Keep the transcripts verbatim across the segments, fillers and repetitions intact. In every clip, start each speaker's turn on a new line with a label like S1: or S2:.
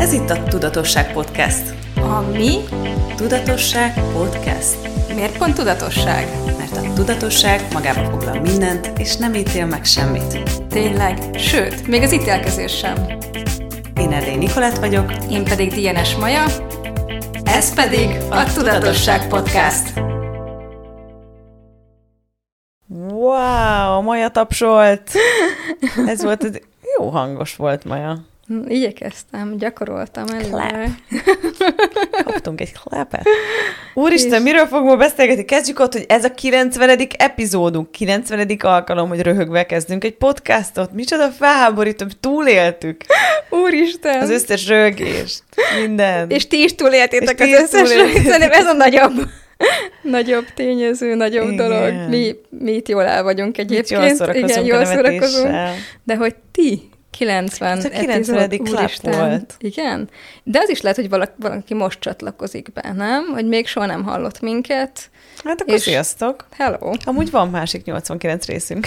S1: Ez itt a Tudatosság Podcast.
S2: A mi?
S1: Tudatosság Podcast.
S2: Miért pont tudatosság?
S1: Mert a tudatosság magába foglal mindent, és nem ítél meg semmit.
S2: Tényleg? Sőt, még az ítélkezés sem.
S1: Én Erdély Nikolett vagyok.
S2: Én pedig Dienes Maja. Ez pedig a Tudatosság Podcast.
S1: Wow, Maja tapsolt! Ez volt, ez jó hangos volt, Maja.
S2: Igyekeztem, gyakoroltam előre.
S1: Kaptunk egy klepet. Úristen, és... miről fogunk beszélgetni? Kezdjük ott, hogy ez a kilencvenedik epizódunk, kilencvenedik alkalom, hogy röhögve kezdünk egy podcastot. Micsoda felháborító, túléltük.
S2: Úristen!
S1: Az összes röhögést, minden.
S2: És ti is túléltétek az összes röhögést. Ez a nagyobb, nagyobb tényező, nagyobb Igen. dolog. Mi, mi itt jól el vagyunk egyébként.
S1: Jól szórakozunk. Igen, jól szórakozunk.
S2: De hogy ti... kilencven
S1: ez a kilencvenedik klap volt.
S2: Igen. De az is lehet, hogy valaki, valaki most csatlakozik be, nem? Hogy még soha nem hallott minket.
S1: Hát akkor és... sziasztok.
S2: Hello.
S1: Amúgy van másik nyolcvankilenc részünk.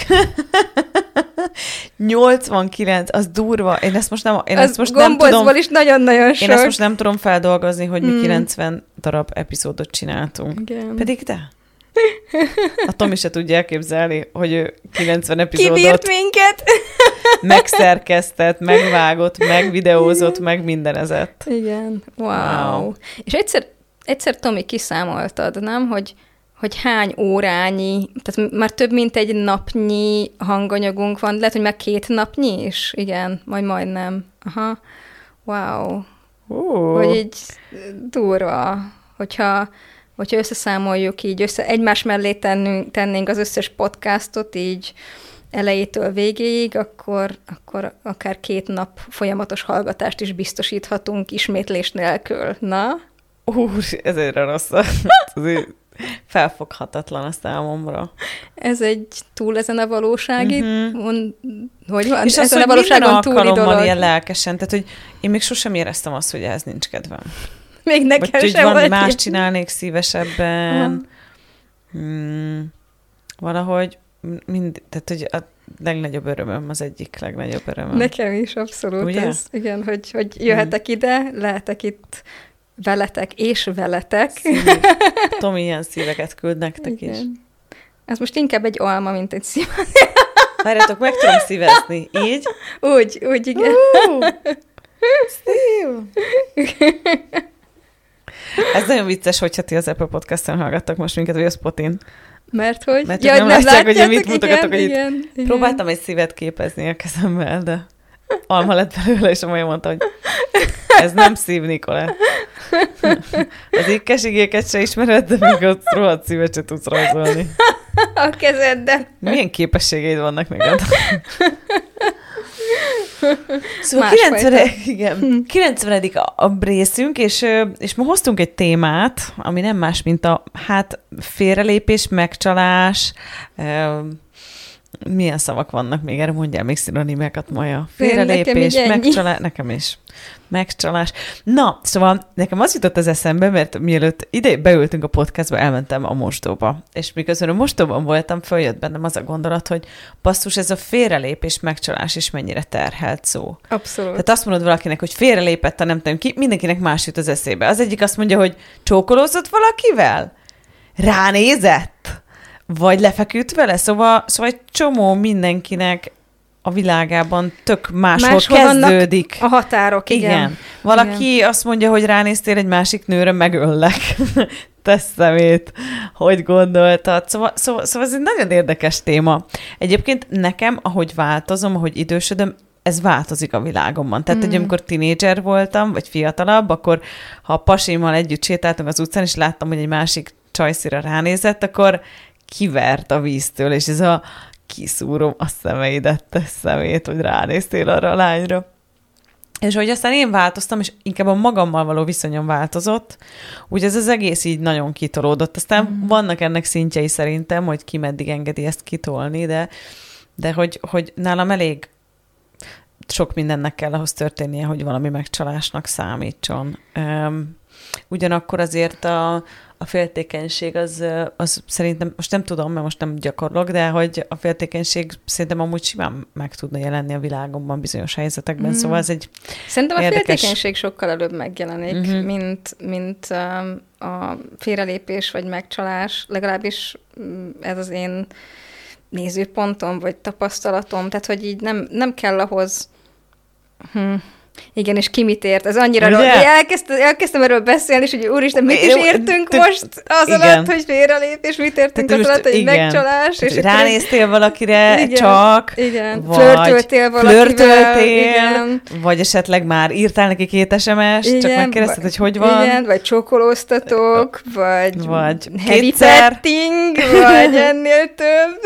S1: nyolcvankilenc, az durva. Én ezt most nem, én
S2: az
S1: ezt most nem tudom.
S2: Is nagyon-nagyon sok.
S1: Én ezt most nem tudom feldolgozni, hogy mi hmm. kilencven darab epizódot csináltunk.
S2: Igen.
S1: Pedig de. A Tomi se tudja elképzelni, hogy ő kilencven epizódot
S2: kibírt minket.
S1: megszerkesztett, megvágott, megvideózott, meg mindenezett.
S2: Igen. Wow. wow. És egyszer, egyszer Tomi kiszámoltad, nem? Hogy, hogy hány órányi, tehát már több mint egy napnyi hanganyagunk van, lehet, hogy már két napnyi is? Igen, majd majdnem. Aha. Wow.
S1: Uh.
S2: Hogy így durva, hogyha hogyha összeszámoljuk így, össze, egymás mellé tennünk, tennénk az összes podcastot így elejétől végéig, akkor, akkor akár két nap folyamatos hallgatást is biztosíthatunk ismétlés nélkül. Na?
S1: Úr, ez egyre rossz. Felfoghatatlan a számomra.
S2: Ez egy túl ezen a valósági,
S1: uh-huh.
S2: on, hogy van?
S1: És
S2: ezen
S1: az,
S2: a valóságon túli dolog.
S1: Ilyen lelkesen, tehát hogy én még sosem éreztem azt, hogy ez nincs kedvem.
S2: Még nekem
S1: vagy,
S2: sem
S1: hogy valami
S2: volt
S1: más
S2: ilyen.
S1: csinálnék szívesebben. Hmm, valahogy mind, tehát, hogy a legnagyobb örömöm, az egyik legnagyobb örömöm.
S2: Nekem is abszolút.
S1: Ugye?
S2: Ez, igen, hogy, hogy jöhetek hmm. ide, lehetek itt veletek és veletek.
S1: Szív. Tomi ilyen szíveket küld nektek igen. is.
S2: Ez most inkább egy alma, mint egy szív.
S1: Várjátok, meg tudom szívezni. Így?
S2: Úgy, úgy, igen.
S1: Uh, szív! Ez nagyon vicces, hogyha ti az Apple Podcast-en hallgattak most minket, vagy a Spotin.
S2: Mert hogy?
S1: Mert ja, nem, nem látják, hogy mit mutogatok, hogy
S2: igen,
S1: itt
S2: igen.
S1: próbáltam egy szívet képezni a kezemmel, de alma lett belőle, és a Maja mondta, hogy ez nem szív, Nikolett. Az ékkes igéket se ismered, de még ott rohadt szívet se tudsz rajzolni.
S2: A kezeddel.
S1: Milyen képességeid vannak neked? Szóval kilencvenedik igen, kilencvenedik a, a részünk, és, és ma hoztunk egy témát, ami nem más, mint a hát félrelépés, megcsalás, milyen szavak vannak még, erre mondjál még szinonimákat, Maja. Félrelépés,
S2: nekem
S1: megcsalás, nekem is. Megcsalás. Na, szóval nekem az jutott az eszembe, mert mielőtt ide beültünk a podcastba, elmentem a mosdóba. És miközben a mosdóban voltam, följött bennem az a gondolat, hogy basszus, ez a félrelépés, megcsalás is mennyire terhelt szó.
S2: Abszolút.
S1: Tehát azt mondod valakinek, hogy félrelépett, a nem tudom ki, mindenkinek más jut az eszébe. Az egyik azt mondja, hogy csókolózott valakivel? Ránézett? Vagy lefeküdt vele? Szóval, szóval egy csomó mindenkinek a világában tök máshol, máshol kezdődik.
S2: A határok, igen.
S1: igen. Valaki igen. azt mondja, hogy ránéztél egy másik nőre, megöllek. Te szemét, hogy gondoltad. Szóval, szóval, szóval ez egy nagyon érdekes téma. Egyébként nekem, ahogy változom, ahogy idősödöm, ez változik a világomban. Tehát, mm. hogy amikor tinédzser voltam, vagy fiatalabb, akkor ha a pasimmal együtt sétáltunk az utcán, és láttam, hogy egy másik csajszira ránézett, akkor kivert a víztől, és ez a kiszúrom a szemeidet, te szemét, hogy ránéztél arra a lányra. És hogy aztán én változtam, és inkább a magammal való viszonyom változott, úgy ez az egész így nagyon kitolódott. Aztán mm. vannak ennek szintjei szerintem, hogy ki meddig engedi ezt kitolni, de, de hogy, hogy nálam elég sok mindennek kell ahhoz történnie, hogy valami megcsalásnak számítson. Um, ugyanakkor azért a, a a féltékenység az, az szerintem, most nem tudom, mert most nem gyakorlok, de hogy a féltékenység szerintem amúgy simán meg tudna jelenni a világomban bizonyos helyzetekben, mm. szóval ez egy
S2: Szerintem
S1: érdekes...
S2: a féltékenység sokkal előbb megjelenik, mm-hmm. mint, mint um, a félrelépés vagy megcsalás, legalábbis ez az én nézőpontom, vagy tapasztalatom, tehát hogy így nem, nem kell ahhoz... Hm. Igen, és ki mit ért? Ez annyira rossz. Elkezdtem, elkezdtem erről beszélni, és hogy úristen, mit is értünk te, most az igen. alatt, hogy félrelépés, mit értünk te, az alatt, hogy igen. megcsalás. És
S1: ránéztél valakire
S2: igen,
S1: csak,
S2: igen.
S1: vagy
S2: flörtöltél valakivel.
S1: Flörtöltél, igen. vagy esetleg már írtál neki két es em es-t, csak megkérdezted, hogy hogy van.
S2: Igen, vagy csókolóztatok, vagy,
S1: vagy
S2: heavy petting, vagy ennél több.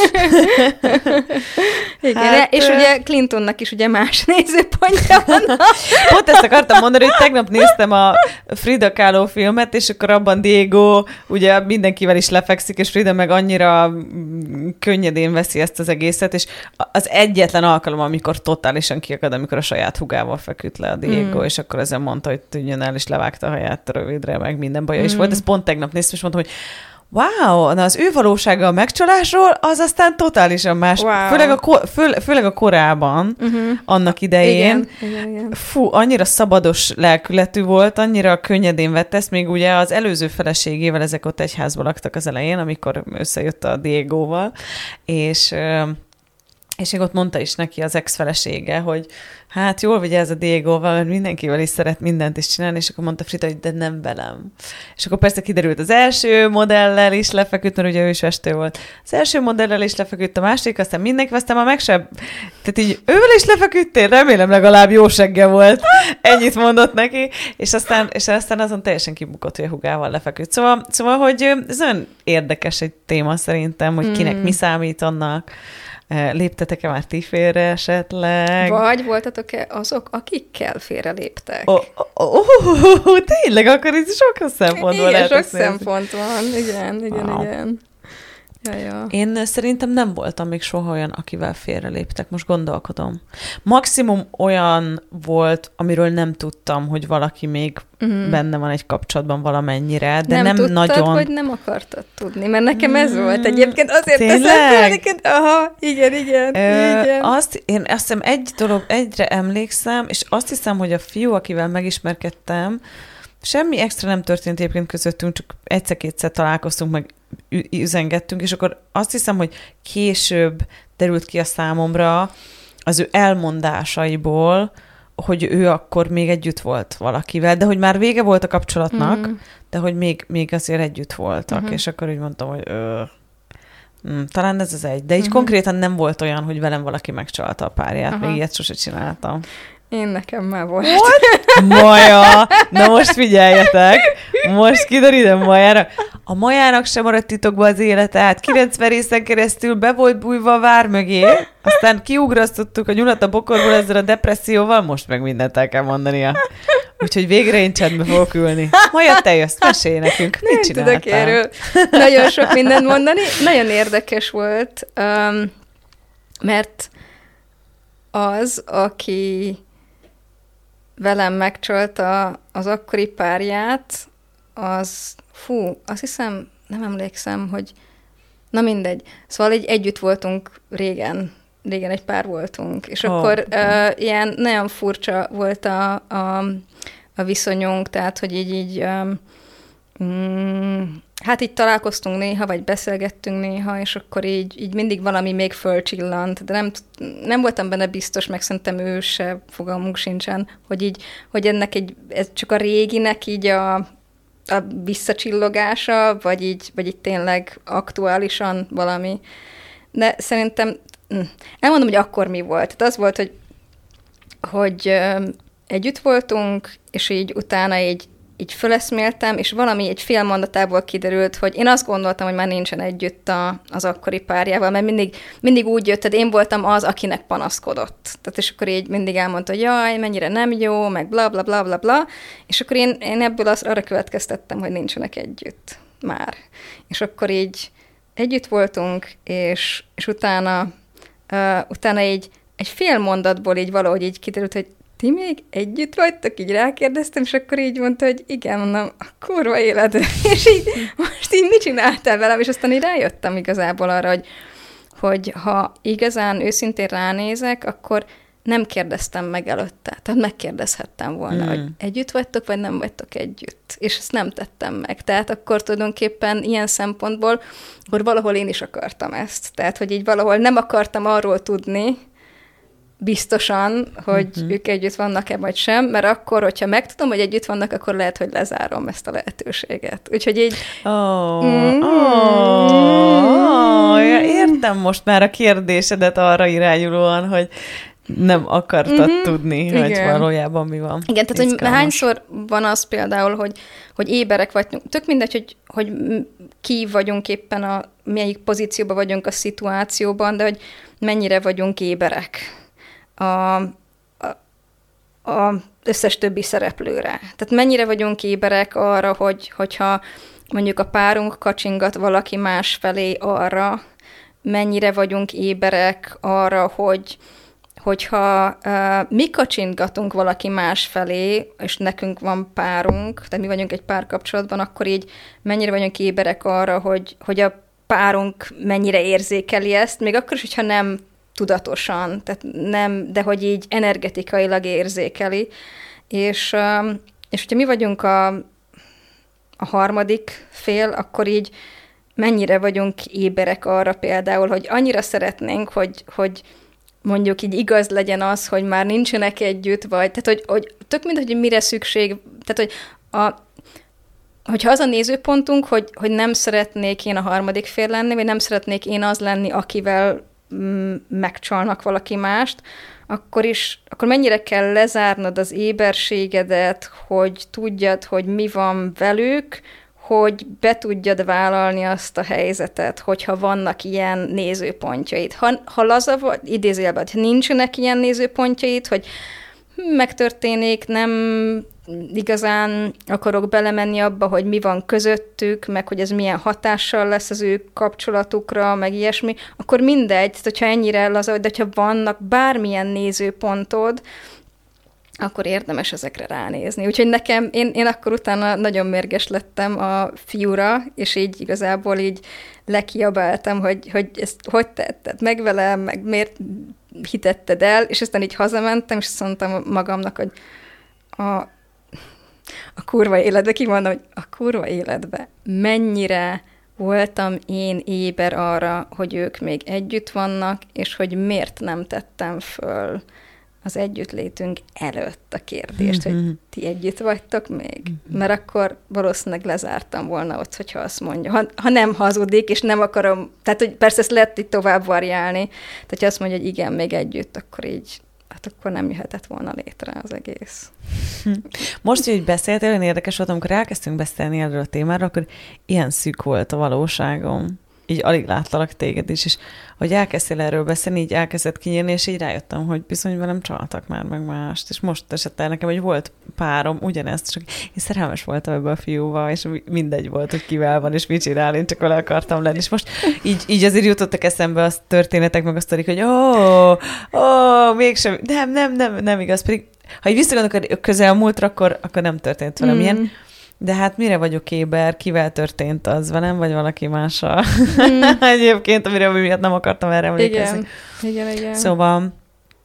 S2: igen, hát, és ugye Clintonnak is ugye más nézőpontja van.
S1: Pont ezt akartam mondani, hogy tegnap néztem a Frida Kahlo filmet, és akkor abban Diego ugye mindenkivel is lefekszik, és Frida meg annyira könnyedén veszi ezt az egészet, és az egyetlen alkalom, amikor totálisan kiakad, amikor a saját hugával feküdt le a Diego, mm. és akkor ezen mondta, hogy tűnjön el, és levágta a haját rövidre, meg minden baja mm. is volt. Ez pont tegnap néztem, és mondtam, hogy wow, na az ő valósága a megcsalásról, az aztán totálisan más. Wow. Főleg, a ko- fő, főleg a korában, uh-huh. annak idején. Igen, igen, igen. Fú, annyira szabados lelkületű volt, annyira könnyedén vett ezt, még ugye az előző feleségével ezek ott egy házban laktak az elején, amikor összejött a Diegóval, és... És még ott mondta is neki az ex-felesége, hogy hát jól vigyázz a Diegóval, mert mindenkivel is szeret mindent is csinálni, és akkor mondta Frida, hogy de nem velem. És akkor persze kiderült az első modellel is lefeküdt, mert ugye ő is festő volt. Az első modellel is lefeküdt, a másik, aztán mindenki, aztán már meg sem... Tehát így ővel is lefeküdtél, remélem legalább jó segge volt. Ennyit mondott neki, és aztán, és aztán azon teljesen kibukott, hogy a hugával lefeküdt. Szóval, szóval hogy ez nagyon érdekes egy téma szerintem, hogy kinek mm. mi számít annak. Léptetek-e már ti félre esetleg?
S2: Vagy voltatok-e azok, akikkel félre léptek?
S1: Oh, oh, oh, oh, tényleg, akkor itt sok szempontból
S2: lehet. Igen, sok szempont van. Igen, igen, wow. igen. Ja, ja.
S1: Én szerintem nem voltam még soha olyan, akivel félreléptek. Most gondolkodom. Maximum olyan volt, amiről nem tudtam, hogy valaki még uh-huh. benne van egy kapcsolatban valamennyire, de nem,
S2: nem
S1: tudtad,
S2: nagyon... vagy nem akartad tudni? Mert nekem ez mm, volt egyébként. Azért teszem neked... Aha, igen, igen, Ö, igen.
S1: Azt, én azt hiszem egy dolog, egyre emlékszem, és azt hiszem, hogy a fiú, akivel megismerkedtem, semmi extra nem történt egyébként közöttünk, csak egyszer-kétszer találkoztunk, meg üzengettünk, és akkor azt hiszem, hogy később derült ki a számomra az ő elmondásaiból, hogy ő akkor még együtt volt valakivel, de hogy már vége volt a kapcsolatnak, mm. de hogy még, még azért együtt voltak, mm-hmm. és akkor úgy mondtam, hogy ö, mm, talán ez az egy. De így mm-hmm. konkrétan nem volt olyan, hogy velem valaki megcsalta a párját, Aha. még ilyet sose csináltam.
S2: Én nekem már volt.
S1: Maja! Na most figyeljetek! Most kiderülöm Majára. A Majának sem maradt titokba az élete, hát kilencven részen keresztül be volt bújva a vár mögé, aztán kiugrasztottuk a nyulat a bokorból ezzel a depresszióval, most meg mindent el kell mondania. Úgyhogy végre én csendbe fogok ülni. Maja, te jössz, mesélj nekünk, mit
S2: Nem
S1: csináltál?
S2: tudok erről nagyon sok mindent mondani. Nagyon érdekes volt, um, mert az, aki velem megcsalta az akkori párját, az, fú, azt hiszem, nem emlékszem, hogy, na mindegy. Szóval egy, együtt voltunk régen, régen egy pár voltunk, és oh, akkor okay. uh, ilyen nagyon furcsa volt a, a, a viszonyunk, tehát, hogy így, így um, mm, hát így találkoztunk néha, vagy beszélgettünk néha, és akkor így, így mindig valami még fölcsillant, de nem, nem voltam benne biztos, meg szerintem ő se, fogalmunk sincsen, hogy így, hogy ennek egy, ez csak a réginek így a, a visszacsillogása, vagy így, vagy így tényleg aktuálisan valami. De szerintem, elmondom, hogy akkor mi volt. Tehát az volt, hogy, hogy együtt voltunk, és így utána így így föleszméltem, és valami egy fél mondatából kiderült, hogy én azt gondoltam, hogy már nincsen együtt a, az akkori párjával, mert mindig, mindig úgy jött, hogy én voltam az, akinek panaszkodott. Tehát és akkor így mindig elmondta, hogy jaj, mennyire nem jó, meg bla bla bla bla bla, és akkor én, én ebből az, arra következtettem, hogy nincsenek együtt már. És akkor így együtt voltunk, és, és utána, uh, utána így egy fél mondatból így valahogy így kiderült, hogy ti még együtt vagytok? Így rákérdeztem, és akkor így mondta, hogy igen, mondom, a kurva élet. És így most így mit csináltál velem? És aztán így rájöttem igazából arra, hogy, hogy ha igazán őszintén ránézek, akkor nem kérdeztem meg előtte. Tehát megkérdezhettem volna, mm. hogy együtt vagytok, vagy nem vagytok együtt. És ezt nem tettem meg. Tehát akkor tulajdonképpen ilyen szempontból, akkor valahol én is akartam ezt. Tehát, hogy így valahol nem akartam arról tudni, biztosan, hogy mm-hmm. ők együtt vannak-e, vagy sem, mert akkor, hogyha megtudom, hogy együtt vannak, akkor lehet, hogy lezárom ezt a lehetőséget. Úgyhogy így...
S1: Oh, mm-hmm. oh, ja, értem most már a kérdésedet arra irányulóan, hogy nem akartad mm-hmm. tudni,
S2: igen.
S1: hogy valójában mi van.
S2: Igen, tehát hogy hányszor van az például, hogy, hogy éberek vagyunk, tök mindegy, hogy, hogy ki vagyunk éppen, a melyik pozícióban vagyunk a szituációban, de hogy mennyire vagyunk éberek a, a, a összes többi szereplőre. Tehát mennyire vagyunk éberek arra, hogy, hogyha mondjuk a párunk kacsingat valaki más felé arra, mennyire vagyunk éberek arra, hogy hogyha uh, mi kacsintgatunk valaki más felé, és nekünk van párunk, tehát mi vagyunk egy párkapcsolatban, akkor így mennyire vagyunk éberek arra, hogy, hogy a párunk mennyire érzékeli ezt, még akkor is, hogyha nem tudatosan, tehát nem, de hogy így energetikailag érzékeli. És, um, és hogyha mi vagyunk a, a harmadik fél, akkor így mennyire vagyunk éberek arra például, hogy annyira szeretnénk, hogy, hogy mondjuk így igaz legyen az, hogy már nincsenek együtt, vagy tehát, hogy, hogy tök mindegy, hogy mire szükség, tehát, hogy a, hogyha az a nézőpontunk, hogy, hogy nem szeretnék én a harmadik fél lenni, vagy nem szeretnék én az lenni, akivel mm, megcsalnak valaki mást, akkor is, akkor mennyire kell lezárnod az éberségedet, hogy tudjad, hogy mi van velük, hogy be tudjad vállalni azt a helyzetet, hogyha vannak ilyen nézőpontjaid. Ha, ha laza vagy, idézőjelben, ha nincsenek ilyen nézőpontjaid, hogy megtörténik, nem igazán akarok belemenni abba, hogy mi van közöttük, meg hogy ez milyen hatással lesz az ő kapcsolatukra, meg ilyesmi, akkor mindegy, tehát hogyha ennyire laza, de hogyha vannak bármilyen nézőpontod, akkor érdemes ezekre ránézni. Úgyhogy nekem, én, én akkor utána nagyon mérges lettem a fiúra, és így igazából így lekiabáltam, hogy, hogy ezt hogy tetted meg velem, meg miért hitetted el, és aztán így hazamentem, és azt mondtam magamnak, hogy a, a kurva életbe, kimondom, hogy a kurva életbe mennyire voltam én éber arra, hogy ők még együtt vannak, és hogy miért nem tettem föl az együttlétünk előtt a kérdést, mm-hmm. hogy ti együtt vagytok még? Mm-hmm. Mert akkor valószínűleg lezártam volna ott, hogyha azt mondja. Ha, ha nem hazudik, és nem akarom, tehát hogy persze ezt lehet így tovább variálni, tehát ha azt mondja, hogy igen, még együtt, akkor így, hát akkor nem jöhetett volna létre az egész.
S1: Most, hogy beszéltél, olyan érdekes volt, amikor elkezdtünk beszélni erről a témáról, akkor ilyen szűk volt a valóságom. Így alig láttalak téged is, és hogy elkezdtél erről beszélni, így elkezdett kinyírni, és így rájöttem, hogy bizony velem csaltak már meg mást, és most esett el nekem, hogy volt párom, ugyanezt, csak én szerelmes voltam ebbe a fiúval, és mindegy volt, hogy kivel van, és mit csinál, én csak vele akartam lenni, és most így, így azért jutottak eszembe a történetek, meg a sztorik, hogy ó, ó, mégsem, nem, nem, nem, nem igaz, pedig ha így visszagondolok a közelmúltra, akkor, akkor nem történt velem mm. ilyen. De hát mire vagyok éber, kivel történt az velem, vagy valaki mással? Mm. Egyébként, amire miatt nem akartam erre emlékezni.
S2: Igen, igen, igen.
S1: Szóval,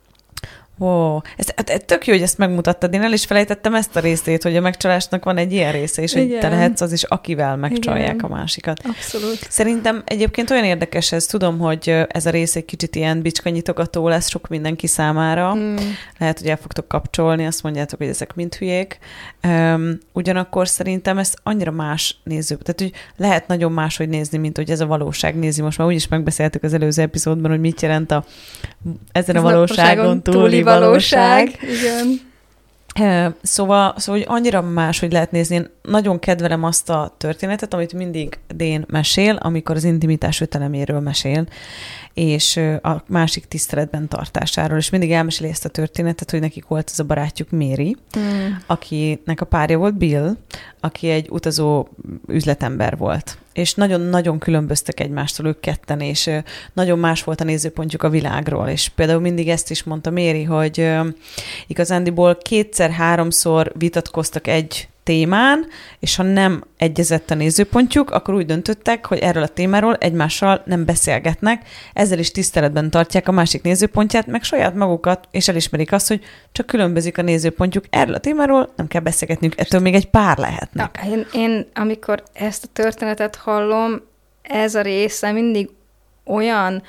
S1: wow. Ez, ez tök jó, hogy ezt megmutattad. Én el is felejtettem ezt a részét, hogy a megcsalásnak van egy ilyen része is, igen. hogy te lehetsz az is, akivel megcsalják igen. a másikat.
S2: Abszolút.
S1: Szerintem egyébként olyan érdekes ez, tudom, hogy ez a rész egy kicsit ilyen bicskanyitogató lesz sok mindenki számára. Mm. Lehet, hogy el fogtok kapcsolni, azt mondjátok, hogy ezek mind hülyék. Um, ugyanakkor szerintem ez annyira más néző. Tehát, hogy lehet nagyon máshogy nézni, mint hogy ez a valóság nézi. Most már úgyis megbeszéltük az előző epizódban, hogy mit jelent a ezen ez a valóságon túli valóság.
S2: Igen.
S1: Szóval, szóval, hogy annyira más, hogy lehet nézni. Én nagyon kedvelem azt a történetet, amit mindig Dén mesél, amikor az intimitás öteleméről mesél. és a másik tiszteletben tartásáról, és mindig elmeséli ezt a történetet, hogy nekik volt ez a barátjuk Mary, mm. akinek a párja volt Bill, aki egy utazó üzletember volt. És nagyon-nagyon különböztek egymástól ők ketten, és nagyon más volt a nézőpontjuk a világról. És például mindig ezt is mondta Mary, hogy igazándiból kétszer-háromszor vitatkoztak egy témán, és ha nem egyezett a nézőpontjuk, akkor úgy döntöttek, hogy erről a témáról egymással nem beszélgetnek, ezzel is tiszteletben tartják a másik nézőpontját, meg saját magukat, és elismerik azt, hogy csak különbözik a nézőpontjuk. Erről a témáról nem kell beszélgetnünk, ettől még egy pár lehetnek.
S2: Na, én, én, amikor ezt a történetet hallom, ez a része mindig olyan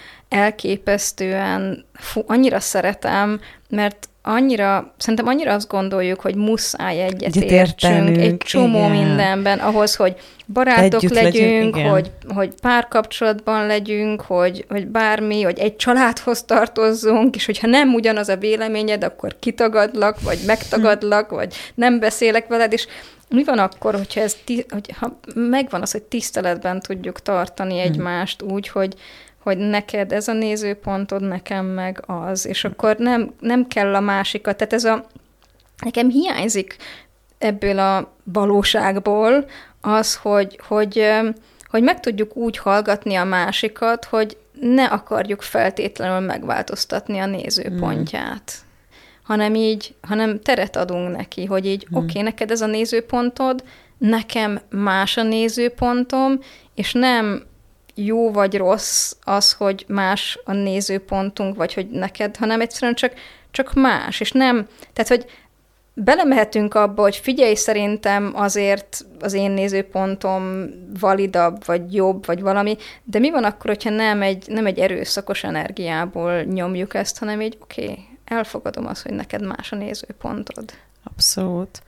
S2: elképesztően, fú, annyira szeretem, mert annyira, szerintem annyira azt gondoljuk, hogy muszáj egyetértsünk egy csomó igen. mindenben, ahhoz, hogy barátok Együtt legyünk, legyünk hogy, hogy párkapcsolatban legyünk, hogy, hogy bármi, hogy egy családhoz tartozzunk, és hogyha nem ugyanaz a véleményed, akkor kitagadlak, vagy megtagadlak, vagy nem beszélek veled, és mi van akkor, hogyha ez, hogyha megvan az, hogy tiszteletben tudjuk tartani egymást úgy, hogy hogy neked ez a nézőpontod, nekem meg az, és akkor nem, nem kell a másikat. Tehát ez a, nekem hiányzik ebből a valóságból az, hogy, hogy, hogy meg tudjuk úgy hallgatni a másikat, hogy ne akarjuk feltétlenül megváltoztatni a nézőpontját. Mm. Hanem így, hanem teret adunk neki, hogy így mm. oké, okay, neked ez a nézőpontod, nekem más a nézőpontom, és nem jó vagy rossz az, hogy más a nézőpontunk, vagy hogy neked, hanem egyszerűen csak, csak más, és nem, tehát, hogy belemehetünk abba, hogy figyelj, szerintem azért az én nézőpontom validabb, vagy jobb, vagy valami, de mi van akkor, hogyha nem egy, nem egy erőszakos energiából nyomjuk ezt, hanem így, oké, okay, elfogadom azt, hogy neked más a nézőpontod.
S1: Abszolút.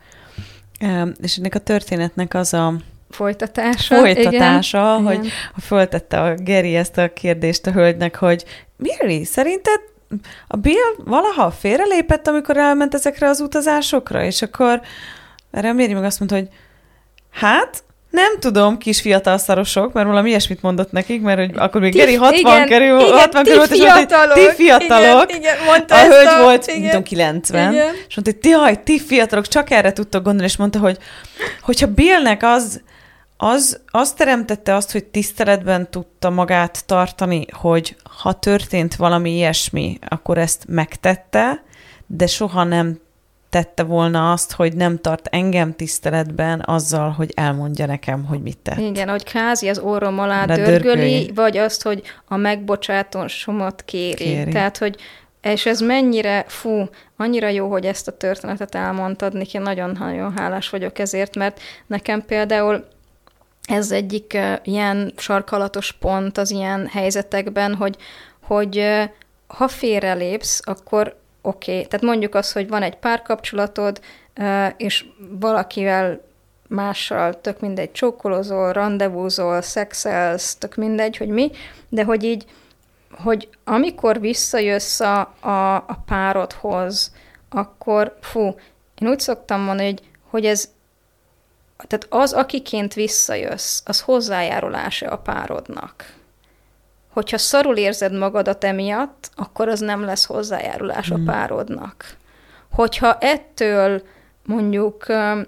S1: És ennek a történetnek az a
S2: Folytatása.
S1: Folytatása,
S2: igen,
S1: hogy
S2: igen.
S1: föltette a Geri ezt a kérdést a hölgynek, hogy Mary, szerinted a Bill valaha félrelépett, amikor elment ezekre az utazásokra? És akkor erre a Mary meg azt mondta, hogy hát, nem tudom, kis fiatal szarosok, mert valami ilyesmit mondott nekik, mert hogy akkor még ti, Geri hatvan igen, kerül, igen, hatvan kerül, és mondta, hogy ti fiatalok, igen, igen, mondta a hölgy a, volt, igen, tudom, kilencven, igen. És mondta, hogy ti, haj, ti fiatalok, csak erre tudtok gondolni, és mondta, hogy hogyha Billnek az, az, az teremtette azt, hogy tiszteletben tudta magát tartani, hogy ha történt valami ilyesmi, akkor ezt megtette, de soha nem tette volna azt, hogy nem tart engem tiszteletben azzal, hogy elmondja nekem, hogy mit tett.
S2: Igen, hogy kázi az orrom alá dörgöli, dörgöli, vagy azt, hogy a megbocsátásomat kéri. kéri. Tehát, hogy és ez mennyire, fú, annyira jó, hogy ezt a történetet elmondtad, Niki, nagyon-nagyon hálás vagyok ezért, mert nekem például ez egyik uh, ilyen sarkalatos pont az ilyen helyzetekben, hogy, hogy uh, ha félrelépsz, akkor oké. Okay. Tehát mondjuk azt, hogy van egy párkapcsolatod, uh, és valakivel mással tök mindegy, csókolozol, randevúzol, szexelsz, tök mindegy, hogy mi, de hogy így, hogy amikor visszajössz a, a, a párodhoz, akkor fú, én úgy szoktam mondani, hogy, hogy ez tehát az, akiként visszajössz, az hozzájárulása a párodnak. Hogyha szarul érzed magadat emiatt, akkor az nem lesz hozzájárulás hmm. a párodnak. Hogyha ettől mondjuk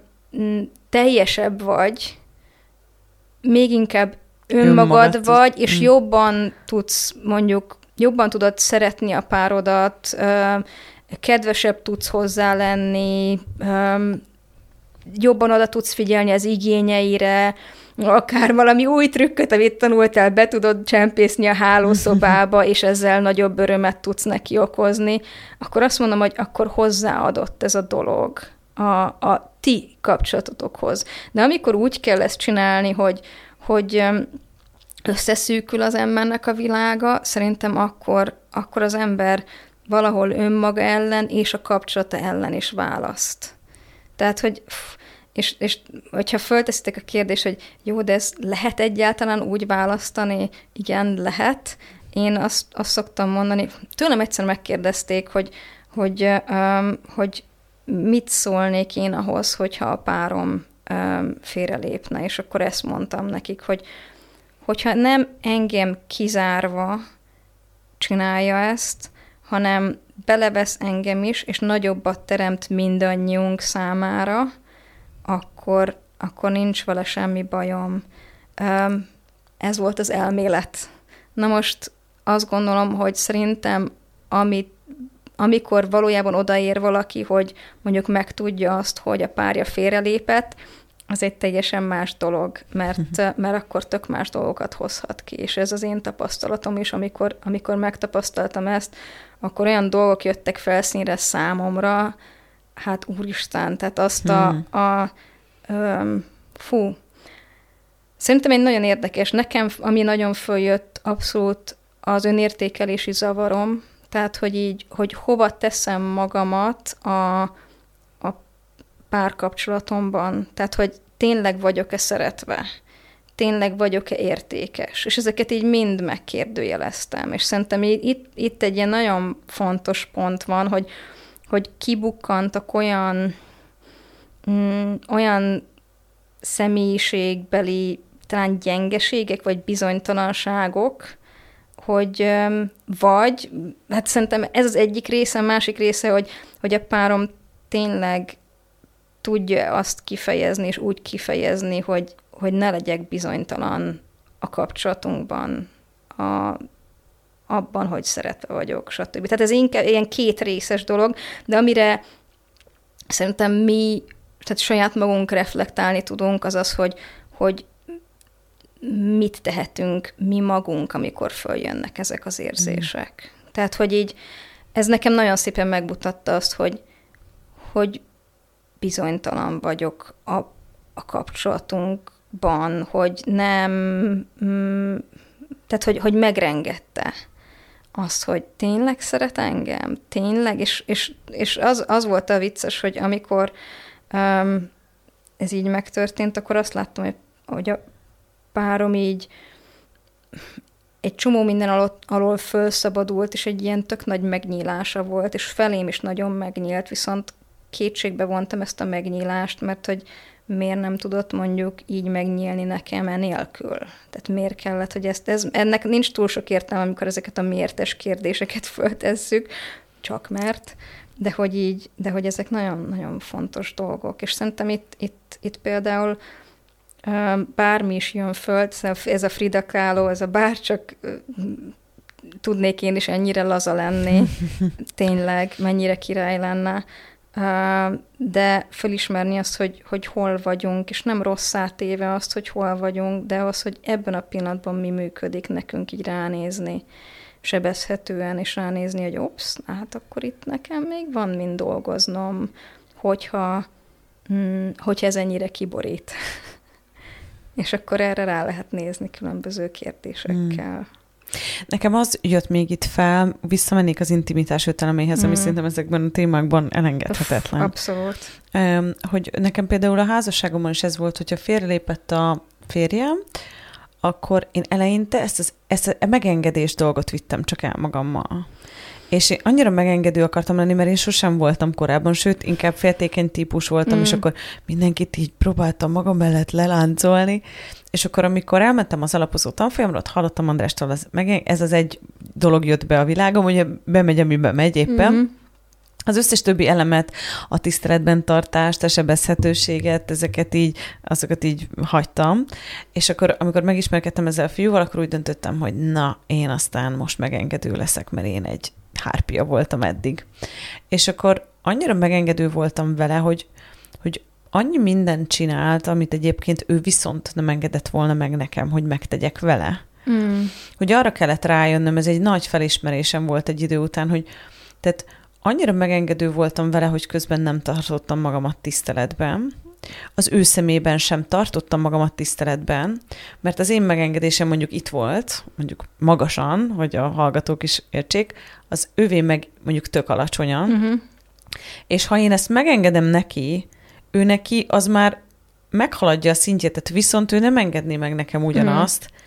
S2: teljesebb vagy, még inkább önmagad Önmagad vagy, és hmm. jobban tudsz mondjuk, jobban tudod szeretni a párodat, kedvesebb tudsz hozzá lenni, jobban oda tudsz figyelni az igényeire, akár valami új trükköt, amit tanultál, be tudod csempészni a hálószobába, és ezzel nagyobb örömet tudsz neki okozni, akkor azt mondom, hogy akkor hozzáadott ez a dolog a, a ti kapcsolatotokhoz. De amikor úgy kell ezt csinálni, hogy, hogy összeszűkül az embernek a világa, szerintem akkor, akkor az ember valahol önmaga ellen és a kapcsolata ellen is választ. Tehát, hogy és, és hogyha fölteszitek a kérdést, hogy jó, de ez lehet egyáltalán úgy választani? Igen, lehet. Én azt, azt szoktam mondani, tőlem egyszer megkérdezték, hogy, hogy, um, hogy mit szólnék én ahhoz, hogyha a párom um, félrelépne, és akkor ezt mondtam nekik, hogy hogyha nem engem kizárva csinálja ezt, hanem belevesz engem is, és nagyobbat teremt mindannyiunk számára, akkor, akkor nincs vele semmi bajom. Ez volt az elmélet. Na most azt gondolom, hogy szerintem amit, amikor valójában odaér valaki, hogy mondjuk megtudja azt, hogy a párja félrelépett, az egy teljesen más dolog, mert, mert akkor tök más dolgokat hozhat ki. És ez az én tapasztalatom is, amikor, amikor megtapasztaltam ezt, akkor olyan dolgok jöttek felszínre számomra, hát úristen, tehát azt a, a, a um, fú, szerintem egy nagyon érdekes, nekem, ami nagyon följött abszolút az önértékelési zavarom, tehát, hogy így, hogy hova teszem magamat a, a párkapcsolatomban, tehát, hogy tényleg vagyok-e szeretve, tényleg vagyok-e értékes, és ezeket így mind megkérdőjeleztem, és szerintem itt, itt egy ilyen nagyon fontos pont van, hogy, hogy kibukkantak olyan, mm, olyan személyiségbeli talán gyengeségek, vagy bizonytalanságok, hogy vagy, hát szerintem ez az egyik része, a másik része, hogy, hogy a párom tényleg tudja azt kifejezni, és úgy kifejezni, hogy, hogy ne legyek bizonytalan a kapcsolatunkban, a, abban, hogy szeretve vagyok, stb. Tehát ez inkább ilyen két részes dolog, de amire szerintem mi, tehát saját magunk reflektálni tudunk, az az, hogy, hogy mit tehetünk mi magunk, amikor följönnek ezek az érzések. Mm. Tehát, hogy így, ez nekem nagyon szépen megmutatta azt, hogy, hogy bizonytalan vagyok a, a kapcsolatunkban, hogy nem, mm, tehát, hogy, hogy megrengette azt, hogy tényleg szeret engem, tényleg, és, és, és az, az volt a vicces, hogy amikor um, ez így megtörtént, akkor azt láttam, hogy, hogy a párom így egy csomó minden alól, alól fölszabadult, és egy ilyen tök nagy megnyílása volt, és felém is nagyon megnyílt, viszont kétségbe vontam ezt a megnyílást, mert hogy miért nem tudott mondjuk így megnyílni nekem enélkül. Tehát miért kellett, hogy ezt, ez, ennek nincs túl sok értelme, amikor ezeket a miértes kérdéseket föltesszük, csak mert, de hogy így, de hogy ezek nagyon-nagyon fontos dolgok. És szerintem itt, itt, itt például bármi is jön föl, ez a Frida Kahlo, ez a bárcsak tudnék én is ennyire laza lenni, tényleg, mennyire király lenne, de felismerni azt, hogy, hogy hol vagyunk, és nem rosszá téve azt, hogy hol vagyunk, de az, hogy ebben a pillanatban mi működik nekünk így ránézni, sebezhetően, és ránézni, hogy ops, hát akkor itt nekem még van mind dolgoznom, hogyha, hm, hogyha ez ennyire kiborít. És akkor erre rá lehet nézni különböző kérdésekkel. Hmm.
S1: Nekem az jött még itt fel, visszamennék az intimitás öteleméhez, hmm. ami szerintem ezekben a témákban elengedhetetlen.
S2: Abszolút.
S1: Hogy nekem például a házasságomban is ez volt, hogyha félrelépett a férjem, akkor én eleinte ezt, az, ezt a megengedés dolgot vittem csak el magammal. És én annyira megengedő akartam lenni, mert én sosem voltam korábban, sőt, inkább féltékeny típus voltam, mm. és akkor mindenkit így próbáltam magam mellett leláncolni, és akkor, amikor elmentem az alapozó tanfolyamra, ott hallottam Andrástól, az, meg ez az egy dolog jött be a világom, ugye bemegy, amiben megy éppen, mm. az összes többi elemet, a tiszteletben tartást, a sebezhetőséget, ezeket így, azokat így hagytam, és akkor, amikor megismerkedtem ezzel a fiúval, akkor úgy döntöttem, hogy na, én aztán most megengedő leszek, mert én egy hárpia voltam eddig. És akkor annyira megengedő voltam vele, hogy, hogy annyi mindent csinált, amit egyébként ő viszont nem engedett volna meg nekem, hogy megtegyek vele. Mm. Hogy arra kellett rájönnöm, ez egy nagy felismerésem volt egy idő után, hogy tehát annyira megengedő voltam vele, hogy közben nem tartottam magamat tiszteletben. Az ő szemében sem tartottam magamat tiszteletben, mert az én megengedésem mondjuk itt volt, mondjuk magasan, hogy a hallgatók is értsék, az ővé meg mondjuk tök alacsonyan, uh-huh. és ha én ezt megengedem neki, ő neki az már meghaladja a szintjét, tehát viszont ő nem engedné meg nekem ugyanazt, uh-huh.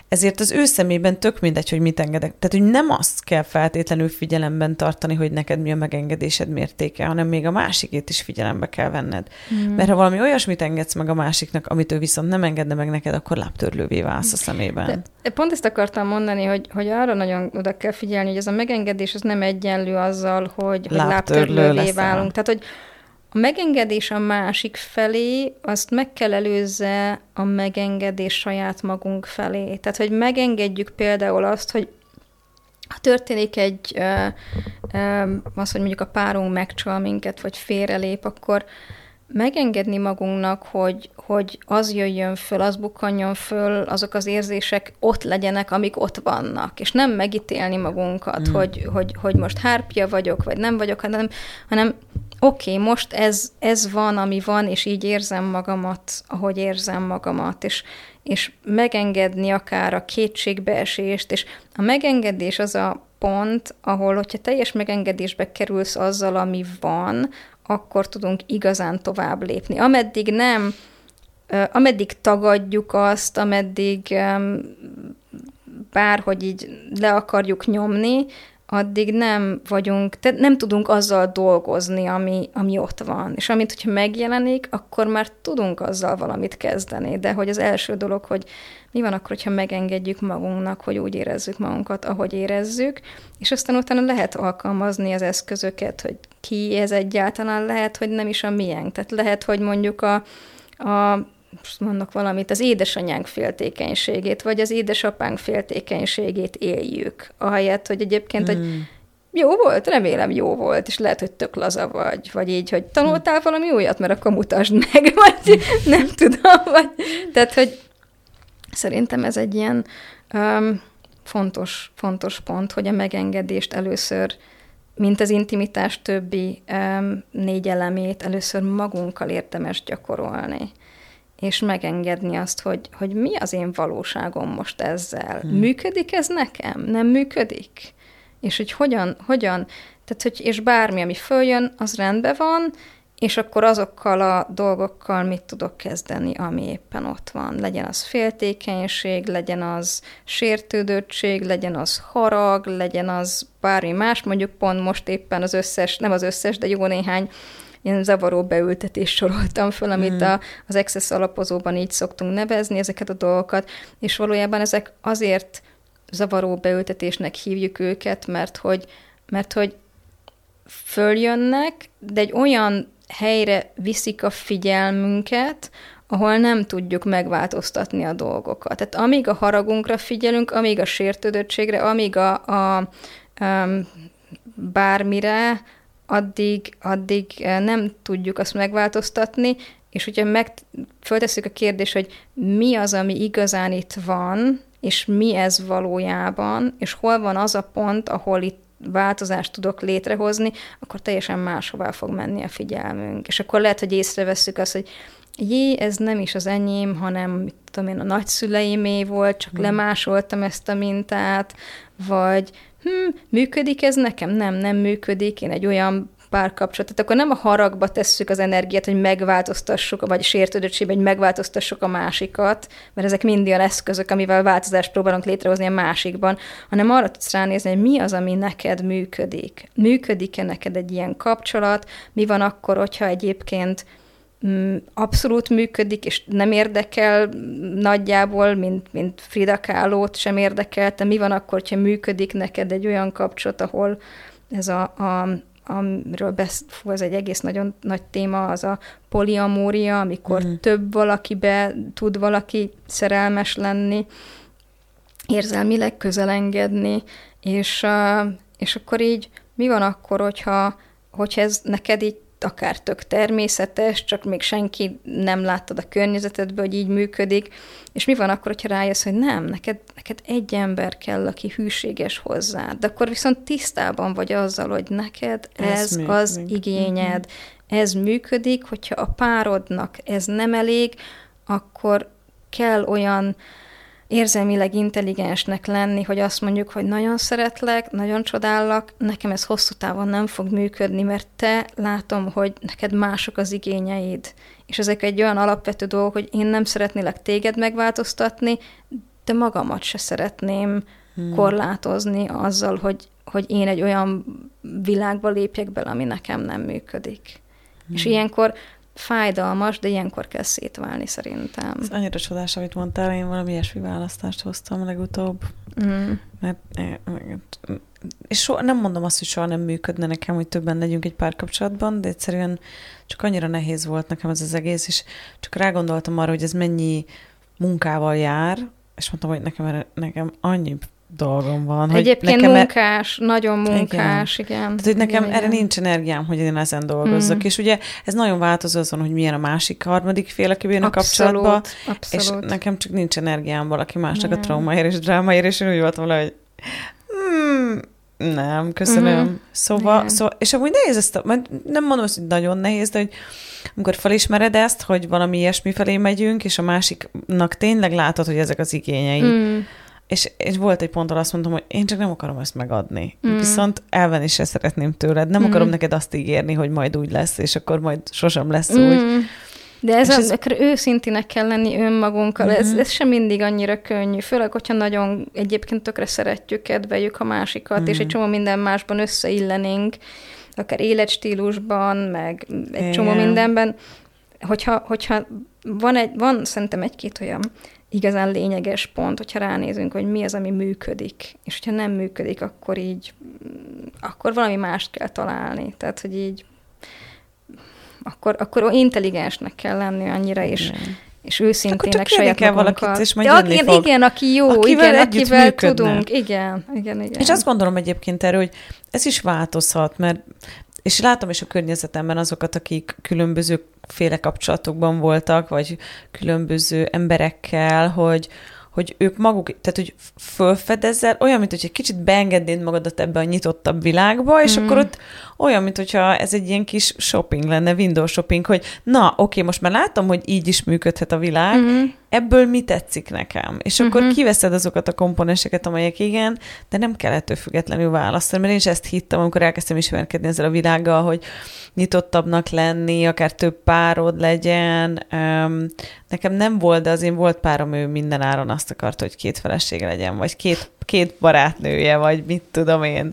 S1: Ezért az ő szemében tök mindegy, hogy mit engedek. Tehát, hogy nem azt kell feltétlenül figyelemben tartani, hogy neked mi a megengedésed mértéke, hanem még a másikét is figyelembe kell venned. Mm. Mert ha valami olyasmit engedsz meg a másiknak, amit ő viszont nem engedne meg neked, akkor lábtörlővé válsz a szemében.
S2: De pont ezt akartam mondani, hogy, hogy arra nagyon oda kell figyelni, hogy ez a megengedés az nem egyenlő azzal, hogy, hogy lábtörlővé válunk. Tehát, hogy a megengedés a másik felé, azt meg kell előzze a megengedés saját magunk felé. Tehát, hogy megengedjük például azt, hogy ha történik egy, ö, ö, az, hogy mondjuk a párunk megcsal minket, vagy félrelép, akkor megengedni magunknak, hogy, hogy az jöjjön föl, az bukkanjon föl, azok az érzések ott legyenek, amik ott vannak. És nem megítélni magunkat, mm. hogy, hogy, hogy most hárpia vagyok, vagy nem vagyok, hanem, hanem oké, okay, most ez, ez van, ami van, és így érzem magamat, ahogy érzem magamat, és, és megengedni akár a kétségbeesést, és a megengedés az a pont, ahol, hogyha teljes megengedésbe kerülsz azzal, ami van, akkor tudunk igazán tovább lépni. Ameddig nem, ameddig tagadjuk azt, ameddig bárhogy így le akarjuk nyomni, addig nem vagyunk, tehát nem tudunk azzal dolgozni, ami, ami ott van. És amint, hogyha megjelenik, akkor már tudunk azzal valamit kezdeni. De hogy az első dolog, hogy mi van akkor, hogyha megengedjük magunknak, hogy úgy érezzük magunkat, ahogy érezzük, és aztán utána lehet alkalmazni az eszközöket, hogy ki ez egyáltalán, lehet, hogy nem is a miénk. Tehát lehet, hogy mondjuk a, a most mondok valamit, az édesanyánk féltékenységét, vagy az édesapánk féltékenységét éljük, ahelyett, hogy egyébként, hmm. hogy jó volt, remélem jó volt, és lehet, hogy tök laza vagy, vagy így, hogy tanultál valami újat, mert akkor mutasd meg, vagy nem tudom, vagy... Tehát, hogy szerintem ez egy ilyen um, fontos, fontos pont, hogy a megengedést először, mint az intimitás többi um, négy elemét, először magunkkal érdemes gyakorolni. És megengedni azt, hogy, hogy mi az én valóságom most ezzel. Hmm. Működik ez nekem? Nem működik? És hogy hogyan, hogyan, tehát hogy, és bármi, ami följön, az rendben van, és akkor azokkal a dolgokkal mit tudok kezdeni, ami éppen ott van. Legyen az féltékenység, legyen az sértődöttség, legyen az harag, legyen az bármi más, mondjuk pont most éppen az összes, nem az összes, de jó néhány ilyen zavaró beültetést soroltam föl, amit a, az Access alapozóban így szoktunk nevezni ezeket a dolgokat, és valójában ezek azért zavaró beültetésnek hívjuk őket, mert hogy, mert hogy följönnek, de egy olyan helyre viszik a figyelmünket, ahol nem tudjuk megváltoztatni a dolgokat. Tehát amíg a haragunkra figyelünk, amíg a sértődöttségre, amíg a, a, a bármire, addig, addig nem tudjuk azt megváltoztatni, és hogyha meg föltesszük a kérdést, hogy mi az, ami igazán itt van, és mi ez valójában, és hol van az a pont, ahol itt változást tudok létrehozni, akkor teljesen máshová fog menni a figyelmünk. És akkor lehet, hogy észrevesszük azt, hogy jé, ez nem is az enyém, hanem, mit tudom én, a nagyszüleimé volt, csak hmm. lemásoltam ezt a mintát, vagy hm, működik ez nekem? Nem, nem működik, én egy olyan párkapcsolatot, akkor nem a haragba tesszük az energiát, hogy megváltoztassuk, vagy sértődöttségbe, hogy megváltoztassuk a másikat, mert ezek mind olyan eszközök, amivel változást próbálunk létrehozni a másikban, hanem arra tudsz ránézni, hogy mi az, ami neked működik. Működik-e neked egy ilyen kapcsolat? Mi van akkor, hogyha egyébként abszolút működik, és nem érdekel nagyjából, mint, mint Frida Kahlo-t sem érdekelte. Mi van akkor, hogyha működik neked egy olyan kapcsolat, ahol ez a, a amiről besz... Fú, ez egy egész nagyon nagy téma, az a poliamória, amikor mm. több valakibe tud valaki szerelmes lenni, érzelmileg közelengedni, és, és akkor így mi van akkor, hogyha, hogyha ez neked így akár tök természetes, csak még senki nem láttad a környezetedből, hogy így működik, és mi van akkor, hogyha rájössz, hogy nem, neked, neked egy ember kell, aki hűséges hozzád, de akkor viszont tisztában vagy azzal, hogy neked ez, ez az igényed, mm-hmm. ez működik, hogyha a párodnak ez nem elég, akkor kell olyan érzelmileg intelligensnek lenni, hogy azt mondjuk, hogy nagyon szeretlek, nagyon csodálok, nekem ez hosszú távon nem fog működni, mert te látom, hogy neked mások az igényeid. És ezek egy olyan alapvető dolog, hogy én nem szeretnélek téged megváltoztatni, de magamat se szeretném hmm. korlátozni azzal, hogy, hogy én egy olyan világba lépjek bele, ami nekem nem működik. Hmm. És ilyenkor fájdalmas, de ilyenkor kell szétválni szerintem.
S1: Ez annyira csodás, amit mondtál, én valami ilyesmi választást hoztam legutóbb. Mm. Mert, és soha, nem mondom azt, hogy soha nem működne nekem, hogy többen legyünk egy párkapcsolatban, de egyszerűen csak annyira nehéz volt nekem ez az egész, és csak rágondoltam arra, hogy ez mennyi munkával jár, és mondtam, hogy nekem, nekem annyi dolgom van.
S2: Egyébként
S1: hogy nekem
S2: munkás, er... nagyon munkás, igen. igen.
S1: Tehát, hogy nekem
S2: igen,
S1: erre
S2: igen.
S1: nincs energiám, hogy én ezen dolgozzak. Hmm. És ugye ez nagyon változó azon, hogy milyen a másik, harmadik fél, aki bejön a kapcsolatba.
S2: Abszolút.
S1: És nekem csak nincs energiám valaki másnak nem. a traumáért és drámáért, és én úgy voltam le, hogy hmm, nem, köszönöm. Mm-hmm. Szóval, szóval, és amúgy nehéz ezt, mert nem mondom azt, hogy nagyon nehéz, de hogy amikor felismered ezt, hogy valami ilyesmi felé megyünk, és a másiknak tényleg látod, hogy ezek az igényei. Mm. És, és volt egy pont, ahol azt mondtam, hogy én csak nem akarom ezt megadni. Mm. Viszont elvenni se szeretném tőled. Nem mm. akarom neked azt ígérni, hogy majd úgy lesz, és akkor majd sosem lesz mm. úgy.
S2: De ez, az, ez... akkor őszintinek kell lenni önmagunkkal. Mm-hmm. Ez, ez sem mindig annyira könnyű. Főleg, hogyha nagyon egyébként tökre szeretjük, kedveljük a másikat, mm. és egy csomó minden másban összeillenénk, akár életstílusban, meg egy Igen. csomó mindenben. Hogyha, hogyha van, egy, van szerintem egy-két olyan igazán lényeges pont, hogyha ránézünk, hogy mi az, ami működik. És hogyha nem működik, akkor így, akkor valami mást kell találni. Tehát, hogy így akkor, akkor intelligensnek kell lenni annyira, és, és őszintének saját
S1: kell valakit, és majd
S2: de
S1: jönni
S2: aki,
S1: fog.
S2: Igen, aki jó,
S1: akivel
S2: igen, akivel
S1: működne.
S2: tudunk. Igen, igen, igen.
S1: És azt gondolom egyébként erről, hogy ez is változhat, mert és látom is a környezetemben azokat, akik különböző féle kapcsolatokban voltak, vagy különböző emberekkel, hogy, hogy ők maguk, tehát hogy fölfedezzel, olyan, mint hogy egy kicsit beengednéd magadat ebbe a nyitottabb világba, és mm. akkor ott olyan, mint hogyha ez egy ilyen kis shopping lenne, window shopping, hogy na, oké, most már látom, hogy így is működhet a világ, mm. ebből mi tetszik nekem? És mm-hmm. akkor kiveszed azokat a komponenseket, amelyek igen, de nem kell ettől függetlenül választani, mert én is ezt hittem, amikor elkezdtem ismerkedni ezzel a világgal, hogy nyitottabbnak lenni, akár több párod legyen. Um, nekem nem volt, de az én volt párom, ő minden áron azt akart, hogy két felesége legyen, vagy két, két barátnője, vagy mit tudom én.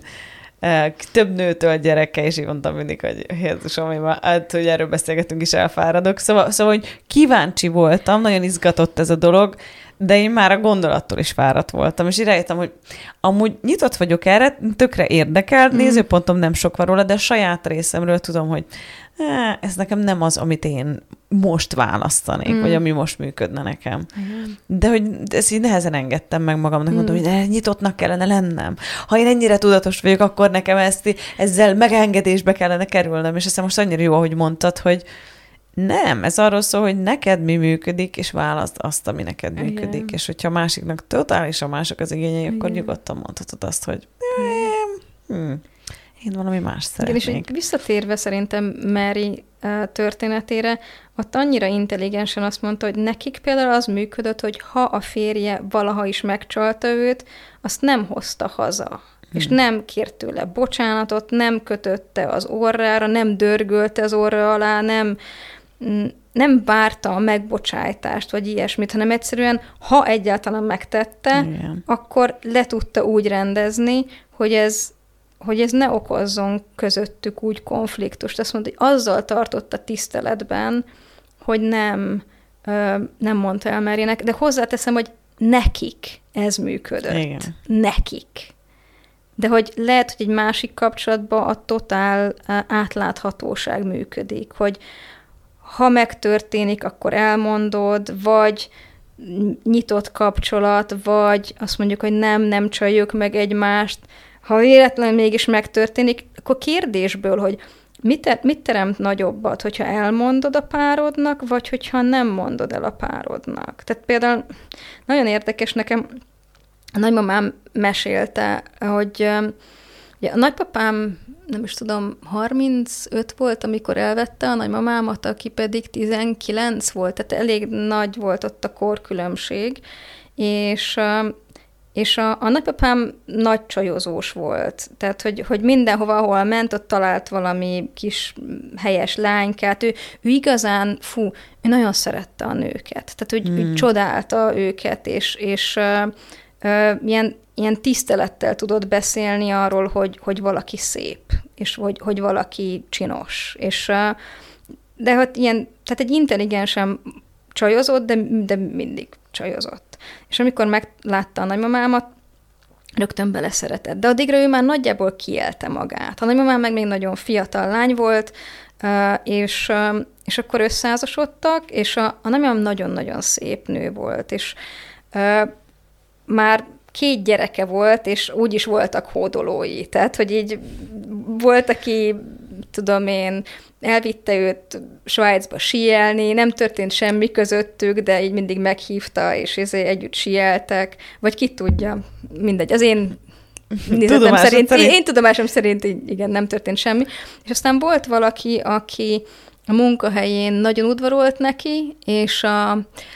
S1: Több nőtől gyereke, és így mondtam mindig, hogy Jézusom, én már, hát, hogy erről beszélgetünk is elfáradok. Szóval, szóval, hogy kíváncsi voltam, nagyon izgatott ez a dolog, de én már a gondolattól is fáradt voltam, és így rájöttem, hogy amúgy nyitott vagyok erre, tökre érdekel, mm. nézőpontom nem sok van róla, de a saját részemről tudom, hogy ez nekem nem az, amit én most választanék, mm. vagy ami most működne nekem. Mm. De hogy ezt így nehezen engedtem meg magamnak, mm. mondom, hogy ne, nyitottnak kellene lennem. Ha én ennyire tudatos vagyok, akkor nekem ezt, ezzel megengedésbe kellene kerülnöm, és aztán most annyira jó, ahogy mondtad, hogy nem, ez arról szól, hogy neked mi működik, és válaszd azt, ami neked Igen. működik. És hogyha másiknak totálisan mások az igényei, Igen. akkor nyugodtan mondhatod azt, hogy hmm, én valami más szeretnék.
S2: Igen, és visszatérve szerintem Mary történetére, ott annyira intelligensen azt mondta, hogy nekik például az működött, hogy ha a férje valaha is megcsalta őt, azt nem hozta haza. Hmm. És nem kért tőle bocsánatot, nem kötötte az orrára, nem dörgölte az orra alá, nem, nem várta a megbocsájtást, vagy ilyesmit, hanem egyszerűen, ha egyáltalán megtette, Igen. akkor le tudta úgy rendezni, hogy ez, hogy ez ne okozzon közöttük úgy konfliktust. Azt mondta, hogy azzal tartotta tiszteletben, hogy nem, nem mondta el Marynek, de hozzáteszem, hogy nekik ez működött. Igen. Nekik. De hogy lehet, hogy egy másik kapcsolatban a totál átláthatóság működik, hogy ha megtörténik, akkor elmondod, vagy nyitott kapcsolat, vagy azt mondjuk, hogy nem, nem csaljuk meg egymást. Ha véletlenül mégis megtörténik, akkor kérdésből, hogy mit, mit teremt nagyobbat, hogyha elmondod a párodnak, vagy hogyha nem mondod el a párodnak. Tehát például nagyon érdekes nekem, a nagymamám mesélte, hogy ugye a nagypapám, nem is tudom, harmincöt volt, amikor elvette a nagymamámat, aki pedig tizenkilenc volt, tehát elég nagy volt ott a korkülönbség, és és a, a nagypapám nagy csajozós volt. Tehát, hogy, hogy mindenhova, ahol ment, ott talált valami kis helyes lánykát. Ő, ő igazán, fú, ő nagyon szerette a nőket. Tehát, hogy hmm. ő csodálta őket, és, és uh, uh, ilyen, ilyen tisztelettel tudott beszélni arról, hogy, hogy valaki szép, és hogy, hogy valaki csinos. És, uh, de hát ilyen, tehát egy intelligensen csajozott, de, de mindig csajozott. És amikor meglátta a nagymamámat, rögtön beleszeretett. De addigra ő már nagyjából kiélte magát. A nagymamám meg még nagyon fiatal lány volt, és, és akkor összeházasodtak, és a, a nagymamám nagyon-nagyon szép nő volt, és már két gyereke volt, és úgy is voltak hódolói. Tehát, hogy így volt, aki, tudom én, elvitte őt Svájcba síelni, nem történt semmi közöttük, de így mindig meghívta, és ezért együtt síeltek, vagy ki tudja, mindegy. Az én nézetem szerint, szerint. Én, én tudomásom szerint így, igen, nem történt semmi. És aztán volt valaki, aki a munkahelyén nagyon udvarolt neki, és a,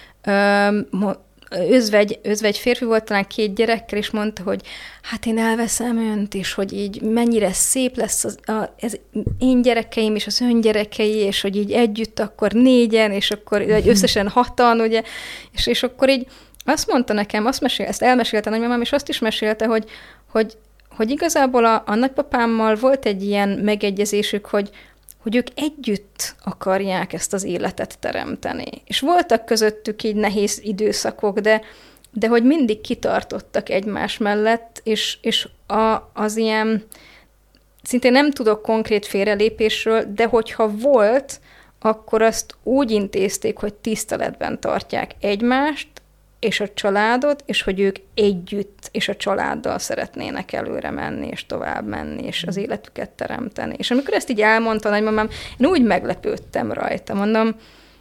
S2: a özvegy, özvegy férfi volt, talán két gyerekkel, és mondta, hogy hát én elveszem önt, és hogy így mennyire szép lesz az, a, ez én gyerekeim, és az ön gyerekei, és hogy így együtt akkor négyen, és akkor összesen hatan, ugye, és, és akkor így azt mondta nekem, azt mesél, ezt elmesélte a nagymamám, és azt is mesélte, hogy, hogy, hogy igazából a, a nagypapámmal volt egy ilyen megegyezésük, hogy hogy ők együtt akarják ezt az életet teremteni. És voltak közöttük így nehéz időszakok, de, de hogy mindig kitartottak egymás mellett, és, és a, az ilyen, szintén nem tudok konkrét félrelépésről, de hogyha volt, akkor azt úgy intézték, hogy tiszteletben tartják egymást, és a családot, és hogy ők együtt és a családdal szeretnének előre menni, és tovább menni, és az életüket teremteni. És amikor ezt így elmondta a nagymamám, én úgy meglepődtem rajta. Mondom,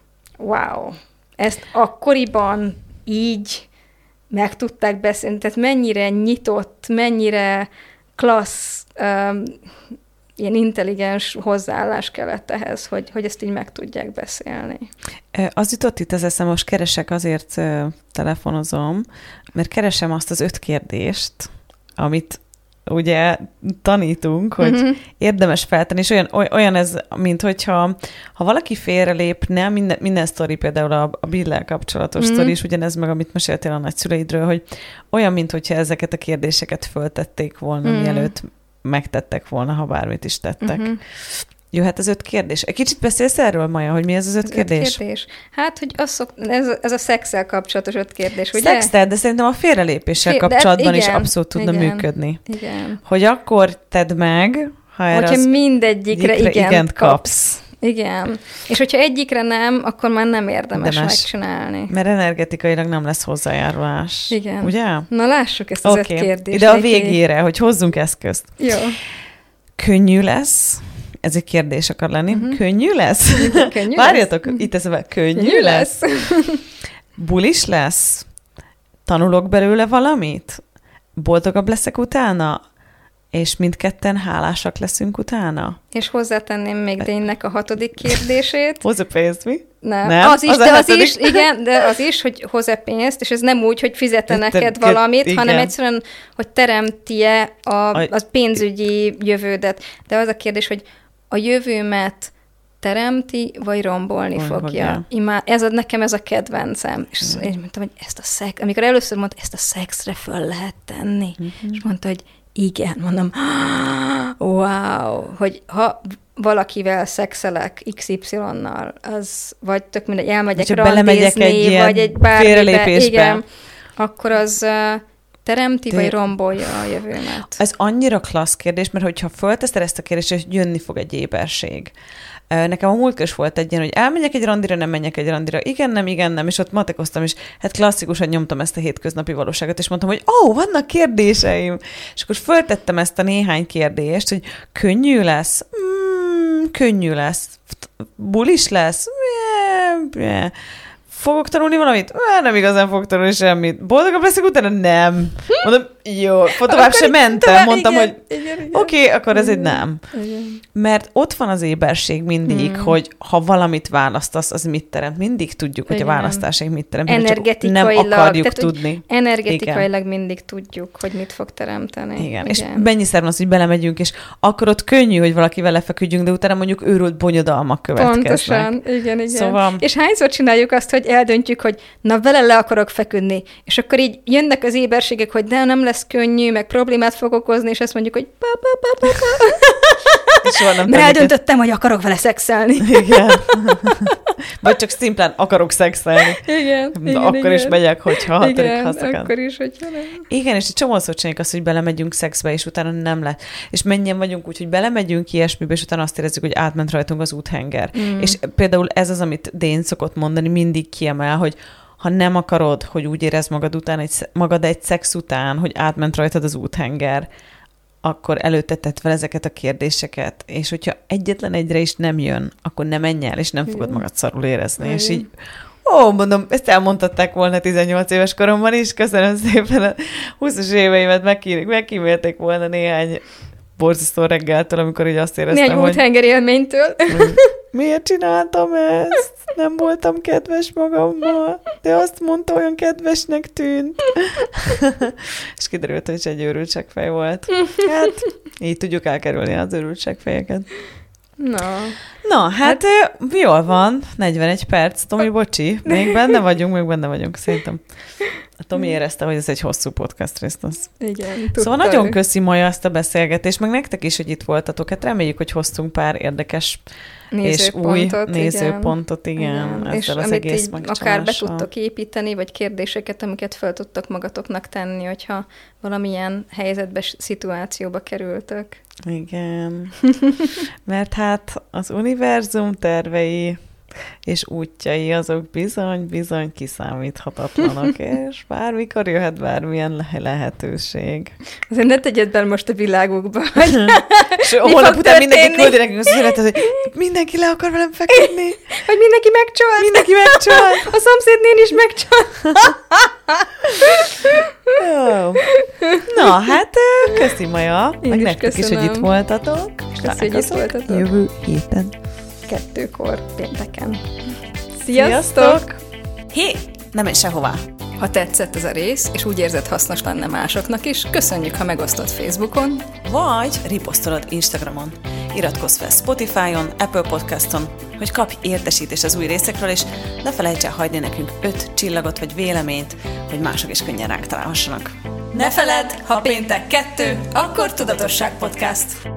S2: wow, ezt akkoriban így meg tudták beszélni, tehát mennyire nyitott, mennyire klassz, um, ilyen intelligens hozzáállás kellett ehhez, hogy, hogy ezt így meg tudják beszélni.
S1: Az jutott itt az eszem, most keresek, azért telefonozom, mert keresem azt az öt kérdést, amit ugye tanítunk, hogy uh-huh. érdemes feltenni, és olyan, olyan ez, mint hogyha ha valaki félrelépne, minden, minden sztori, például a, a Bill-lel kapcsolatos uh-huh. sztori is, ugyanez meg, amit meséltél a nagyszüleidről, hogy olyan, mint hogyha ezeket a kérdéseket föltették volna, uh-huh. mielőtt megtettek volna, ha bármit is tettek. Uh-huh. Jöhet az öt kérdés. Egy kicsit beszélsz erről, Maja, hogy mi ez az öt az kérdés?
S2: Öt kérdés? Hát, hogy az szok, ez, ez a szexszel kapcsolatos öt kérdés, ugye?
S1: Szextel, de szerintem a félrelépéssel Fél, kapcsolatban igen, is abszolút tudna
S2: igen,
S1: működni.
S2: Igen.
S1: Hogy akkor tedd meg, ha erre
S2: Hogyha mindegyikre
S1: igen
S2: igent kapsz.
S1: kapsz.
S2: Igen. És hogyha egyikre nem, akkor már nem érdemes Demes. megcsinálni.
S1: Mert energetikailag nem lesz hozzájárulás.
S2: Igen.
S1: Ugye?
S2: Na lássuk ezt az okay. öt kérdést.
S1: Ide a végére, hogy hozzunk eszközt.
S2: Jó.
S1: Könnyű lesz? Ez egy kérdés akar lenni. Uh-huh. Könnyű lesz?
S2: Könnyű
S1: Várjatok,
S2: lesz?
S1: itt eszembe. Könnyű, Könnyű lesz? lesz? Bulis lesz? Tanulok belőle valamit? Boldogabb leszek utána? És mindketten hálásak leszünk utána?
S2: És hozzátenném még Dénynek a hatodik kérdését.
S1: Hozzá pénzt, mi?
S2: Nem.
S1: nem?
S2: Az is,
S1: az
S2: de az is, igen, de az is, hogy hozzá pénzt, és ez nem úgy, hogy fizete neked valamit, igen. hanem egyszerűen, hogy teremti-e a, a pénzügyi jövődet. De az a kérdés, hogy a jövőmet teremti, vagy rombolni Olyan fogja. Imá, ez a, nekem ez a kedvencem. És mm. én mondtam, hogy ezt a szex, amikor először mondta, ezt a szexre föl lehet tenni. Mm-hmm. És mondta, hogy igen, mondom, wow, hogy ha valakivel szexelek iksz ipszilonnal, az vagy tök mindegy, elmegyek randizni, egy vagy egy bármibe, igen, akkor az uh, teremti, De... vagy rombolja a jövőmet.
S1: Ez annyira klassz kérdés, mert hogyha fölteszed ezt a kérdést, hogy jönni fog egy éberség. Nekem a múltkor is volt egy ilyen, hogy elmenjek egy randira, nem menjek egy randira, igen, nem, igen, nem, és ott matekoztam, és hát klasszikusan nyomtam ezt a hétköznapi valóságot, és mondtam, hogy ó, oh, vannak kérdéseim. És akkor föltettem ezt a néhány kérdést, hogy könnyű lesz? Mm, könnyű lesz. Bulis lesz? Yeah, yeah. fogok tanulni valamit? Már nem igazán fogok tanulni semmit. Boldogabb leszek utána? Nem. Mondom, jó, tovább sem mentem. Tovább, Mondtam, igen, hogy oké, okay, akkor ez egy nem.
S2: Igen.
S1: Mert ott van az éberség mindig, hmm. hogy ha valamit választasz, az mit teremt. Mindig tudjuk, hogy a választásig mit teremt.
S2: Energetikailag.
S1: Nem akarjuk
S2: tehát,
S1: tudni.
S2: Energetikailag igen. mindig tudjuk, hogy mit fog teremteni.
S1: Igen, igen. És mennyiszer van az, hogy belemegyünk, és akkor ott könnyű, hogy valakivel lefeküdjünk, de utána mondjuk őrült bonyodalmak következnek.
S2: Pontosan, igen, igen.
S1: Szóval...
S2: És hányszor csináljuk azt, hogy eldöntjük, hogy na vele le akarok feküdni, és akkor így jönnek az éberségek, hogy de nem lesz könnyű, meg problémát fog okozni, és azt mondjuk, hogy pa, pa, pa, pa, pa. Mert eldöntöttem, hogy akarok vele szexelni.
S1: Igen. Vagy csak szimplán akarok szexelni.
S2: Igen.
S1: De
S2: igen
S1: akkor
S2: igen.
S1: is megyek, hogyha hatodik
S2: igen,
S1: haszakad.
S2: akkor is, hogyha nem.
S1: Igen, és egy csomószor csináljuk azt, hogy belemegyünk szexbe, és utána nem lett. És mennyien vagyunk úgy, hogy belemegyünk ilyesmibe, és utána azt érezzük, hogy átment rajtunk az úthenger. Mm. És például ez az, amit Dén szokott mondani, mindig kiemel, hogy ha nem akarod, hogy úgy érezd magad, után egy, magad egy szex után, hogy átment rajtad az úthenger, akkor előtte tett fel ezeket a kérdéseket, és hogyha egyetlen egyre is nem jön, akkor nem menj el, és nem fogod magad szarul érezni. Igen. És így, ó, mondom, ezt elmondhatták volna tizennyolc éves koromban is, köszönöm szépen, a húszas éveimet megkímélték volna néhány borzasztó reggeltől, amikor így azt éreztem,
S2: néhány
S1: hogy...
S2: Néhány úthenger élménytől.
S1: Miért csináltam ezt? Nem voltam kedves magammal, de azt mondta, olyan kedvesnek tűnt. És kiderült, hogy egy őrültségfej volt. Hát, így tudjuk elkerülni az őrültségfejeket.
S2: Na.
S1: Na, hát, hát jól van, negyvenegy perc. Tomi, bocsi, még benne vagyunk, még benne vagyunk, szerintem. A Tomi érezte, hogy ez egy hosszú podcast rész lesz.
S2: Igen, tudta.
S1: Szóval nagyon köszi Maja azt a beszélgetést, meg nektek is, hogy itt voltatok. Hát reméljük, hogy hoztunk pár érdekes és új nézőpontot, igen, igen ezzel
S2: és
S1: az egész
S2: akár be tudtok építeni, vagy kérdéseket, amiket fel tudtok magatoknak tenni, hogyha valamilyen helyzetbe, szituációba kerültök.
S1: Igen. Mert hát az univerzum tervei és útjai azok bizony-bizony kiszámíthatatlanok, és bármikor jöhet bármilyen lehetőség.
S2: Azért ne tegyed bele most a világukba, hogy
S1: és holnap után mindenki küldi nekünk az üzenetet, hogy mindenki le akar velem feküdni.
S2: Hogy mindenki megcsolt.
S1: Mindenki megcsolt.
S2: A szomszédnén is megcsolt.
S1: Jó. Na, hát köszi Maja,
S2: én
S1: meg
S2: is
S1: nektek
S2: köszönöm.
S1: is, hogy itt voltatok.
S2: Köszi, hogy itt voltatok.
S1: Jövő héten.
S2: Kettőkor pénteken.
S1: Sziasztok! Sziasztok! Hé, nem menj sehová!
S2: Ha tetszett ez a rész, és úgy érzed hasznos lenne másoknak is, köszönjük, ha megosztod Facebookon,
S1: vagy riposztolod Instagramon. Iratkozz fel Spotify-on, Apple Podcaston, hogy kapj értesítést az új részekről, és ne felejts el hagyni nekünk öt csillagot vagy véleményt, hogy mások is könnyen ránk találhassanak.
S2: Ne feledd, ha péntek kettő, akkor Tudatosság Podcast.